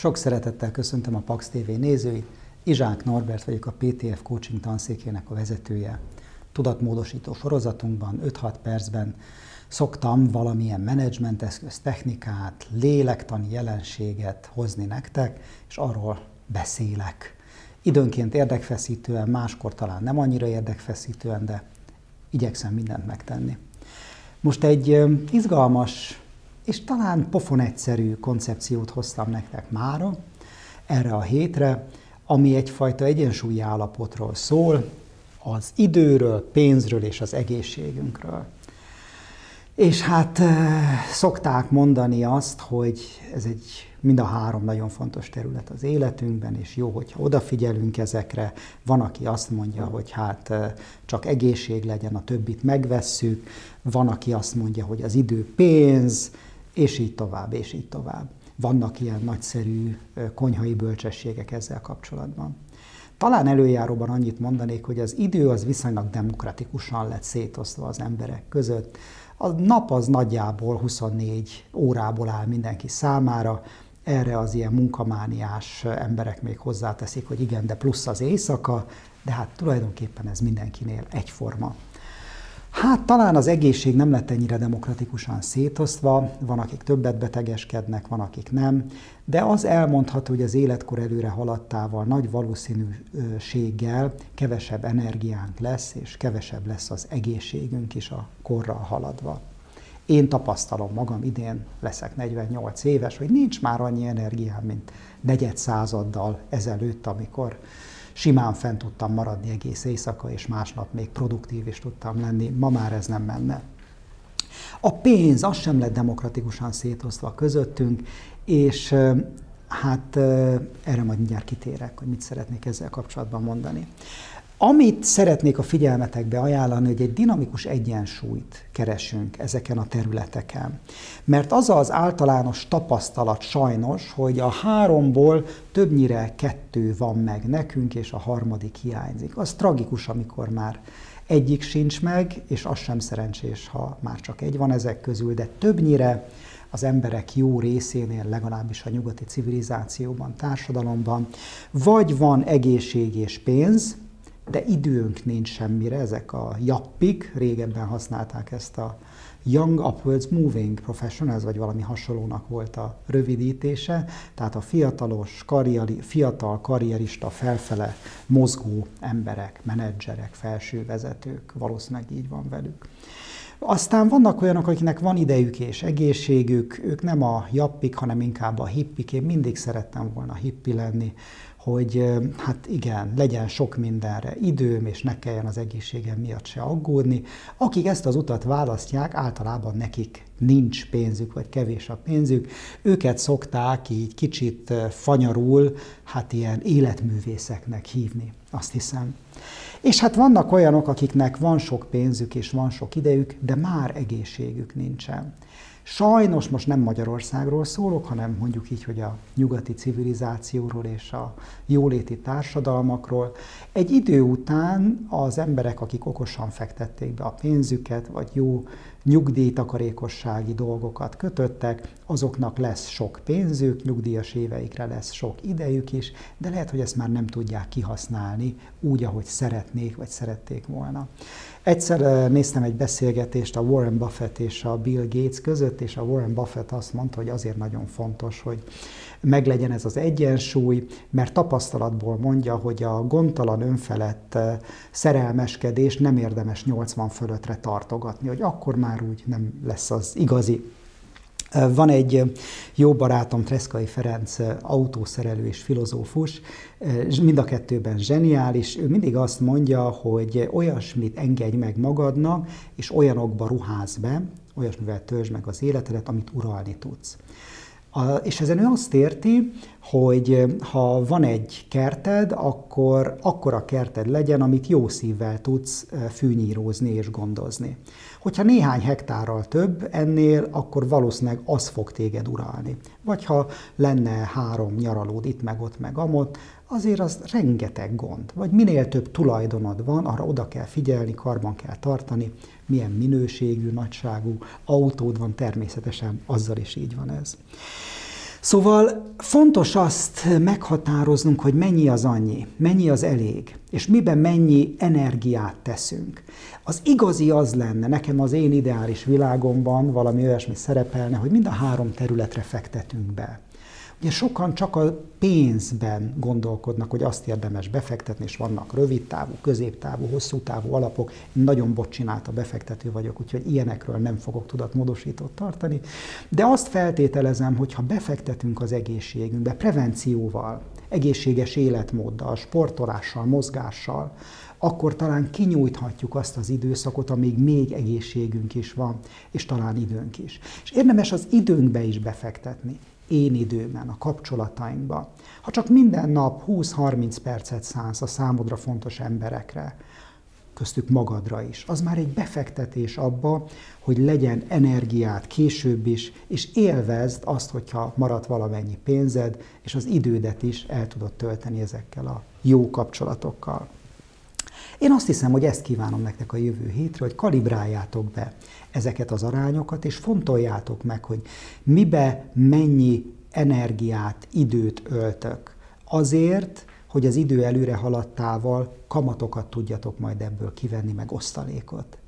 Sok szeretettel köszöntöm a Pax TV nézőit, Izsák Norbert vagyok, a PTF Coaching tanszékének a vezetője. Tudatmódosító sorozatunkban 5-6 percben szoktam valamilyen menedzsmenteszköz, technikát, lélektani jelenséget hozni nektek, és arról beszélek. Időnként érdekfeszítően, máskor talán nem annyira érdekfeszítően, de igyekszem mindent megtenni. Most egy izgalmas és talán pofon egyszerű koncepciót hoztam nektek mára, erre a hétre, ami egyfajta egyensúlyi állapotról szól, az időről, pénzről és az egészségünkről. És hát szokták mondani azt, hogy ez mind a három nagyon fontos terület az életünkben, és jó, hogyha odafigyelünk ezekre. Van, aki azt mondja, hogy hát csak egészség legyen, a többit megvesszük. Van, aki azt mondja, hogy az idő pénz, és így tovább, és így tovább. Vannak ilyen nagyszerű konyhai bölcsességek ezzel kapcsolatban. Talán előjáróban annyit mondanék, hogy az idő az viszonylag demokratikusan lett szétosztva az emberek között. A nap az nagyjából 24 órából áll mindenki számára, erre az ilyen munkamániás emberek még hozzáteszik, hogy igen, de plusz az éjszaka, de hát tulajdonképpen ez mindenkinél egyforma. Hát talán az egészség nem lett ennyire demokratikusan szétosztva, van, akik többet betegeskednek, van, akik nem, de az elmondható, hogy az életkor előre haladtával nagy valószínűséggel kevesebb energiánk lesz, és kevesebb lesz az egészségünk is a korral haladva. Én tapasztalom magam, idén leszek 48 éves, hogy nincs már annyi energiám, mint negyed századdal ezelőtt, amikor simán fent tudtam maradni egész éjszaka, és másnap még produktív is tudtam lenni. Ma már ez nem menne. A pénz, az sem lett demokratikusan szétosztva közöttünk, és hát erre majd mindjárt kitérek, hogy mit szeretnék ezzel kapcsolatban mondani. Amit szeretnék a figyelmetekbe ajánlani, hogy egy dinamikus egyensúlyt keresünk ezeken a területeken. Mert az az általános tapasztalat sajnos, hogy a háromból többnyire 2 van meg nekünk, és a harmadik hiányzik. Az tragikus, amikor már egyik sincs meg, és az sem szerencsés, ha már csak egy van ezek közül, de többnyire az emberek jó részénél, legalábbis a nyugati civilizációban, társadalomban, vagy van egészség és pénz, de időnk nincs semmire, ezek a jappik, régebben használták ezt a Young Upwards Moving Professionals, vagy valami hasonlónak volt a rövidítése, tehát a fiatal karrierista, felfele mozgó emberek, menedzserek, felsővezetők, valószínűleg így van velük. Aztán vannak olyanok, akiknek van idejük és egészségük, ők nem a jappik, hanem inkább a hippik. Én mindig szerettem volna hippi lenni, hogy hát igen, legyen sok mindenre időm, és ne kelljen az egészségem miatt se aggódni. Akik ezt az utat választják, általában nekik nincs pénzük, vagy kevés a pénzük, őket szokták így kicsit fanyarul, hát ilyen életművészeknek hívni, azt hiszem. És hát vannak olyanok, akiknek van sok pénzük és van sok idejük, de már egészségük nincsen. Sajnos most nem Magyarországról szólok, hanem mondjuk így, hogy a nyugati civilizációról és a jóléti társadalmakról. Egy idő után az emberek, akik okosan fektették be a pénzüket, vagy jó nyugdíjtakarékossági dolgokat kötöttek, azoknak lesz sok pénzük, nyugdíjas éveikre lesz sok idejük is, de lehet, hogy ezt már nem tudják kihasználni úgy, ahogy szeretnék, vagy szerették volna. Egyszer néztem egy beszélgetést a Warren Buffett és a Bill Gates között, és a Warren Buffett azt mondta, hogy azért nagyon fontos, hogy meglegyen ez az egyensúly, mert tapasztalatból mondja, hogy a gondtalan önfelett szerelmeskedés nem érdemes 80 fölöttre tartogatni, hogy akkor már úgy nem lesz az igazi. Van egy jó barátom, Treszkai Ferenc, autószerelő és filozófus, mind a kettőben zseniális. Ő mindig azt mondja, hogy olyasmit engedj meg magadnak, és olyanokba ruházz be, olyasmivel töltsd meg az életedet, amit uralni tudsz. És ezen ő azt érti, hogy ha van egy kerted, akkor akkora kerted legyen, amit jó szívvel tudsz fűnyírozni és gondozni. Hogyha néhány hektárral több ennél, akkor valószínűleg az fog téged uralni. Vagy ha lenne 3 nyaralód itt meg ott meg amott, azért az rengeteg gond. Vagy minél több tulajdonod van, arra oda kell figyelni, karban kell tartani, milyen minőségű, nagyságú autód van, természetesen azzal is így van ez. Szóval fontos azt meghatároznunk, hogy mennyi az annyi, mennyi az elég, és miben mennyi energiát teszünk. Az igazi az lenne, nekem az én ideális világomban valami olyasmi szerepelne, hogy mind a 3 területre fektetünk be. Ugye sokan csak a pénzben gondolkodnak, hogy azt érdemes befektetni, és vannak rövidtávú, középtávú, hosszú távú alapok. Én nagyon botcsinálta befektető vagyok, úgyhogy ilyenekről nem fogok tudatmódosítót tartani. De azt feltételezem, hogy ha befektetünk az egészségünkbe, prevencióval, egészséges életmóddal, sportolással, mozgással, akkor talán kinyújthatjuk azt az időszakot, amíg még egészségünk is van, és talán időnk is. És érdemes az időnkbe is befektetni. Én időben, a kapcsolatainkban. Ha csak minden nap 20-30 percet szánsz a számodra fontos emberekre, köztük magadra is, az már egy befektetés abba, hogy legyen energiád később is, és élvezd azt, hogyha marad valamennyi pénzed, és az idődet is el tudod tölteni ezekkel a jó kapcsolatokkal. Én azt hiszem, hogy ezt kívánom nektek a jövő hétre, hogy kalibráljátok be ezeket az arányokat, és fontoljátok meg, hogy mibe mennyi energiát, időt öltök. Azért, hogy az idő előre haladtával kamatokat tudjatok majd ebből kivenni, meg osztalékot.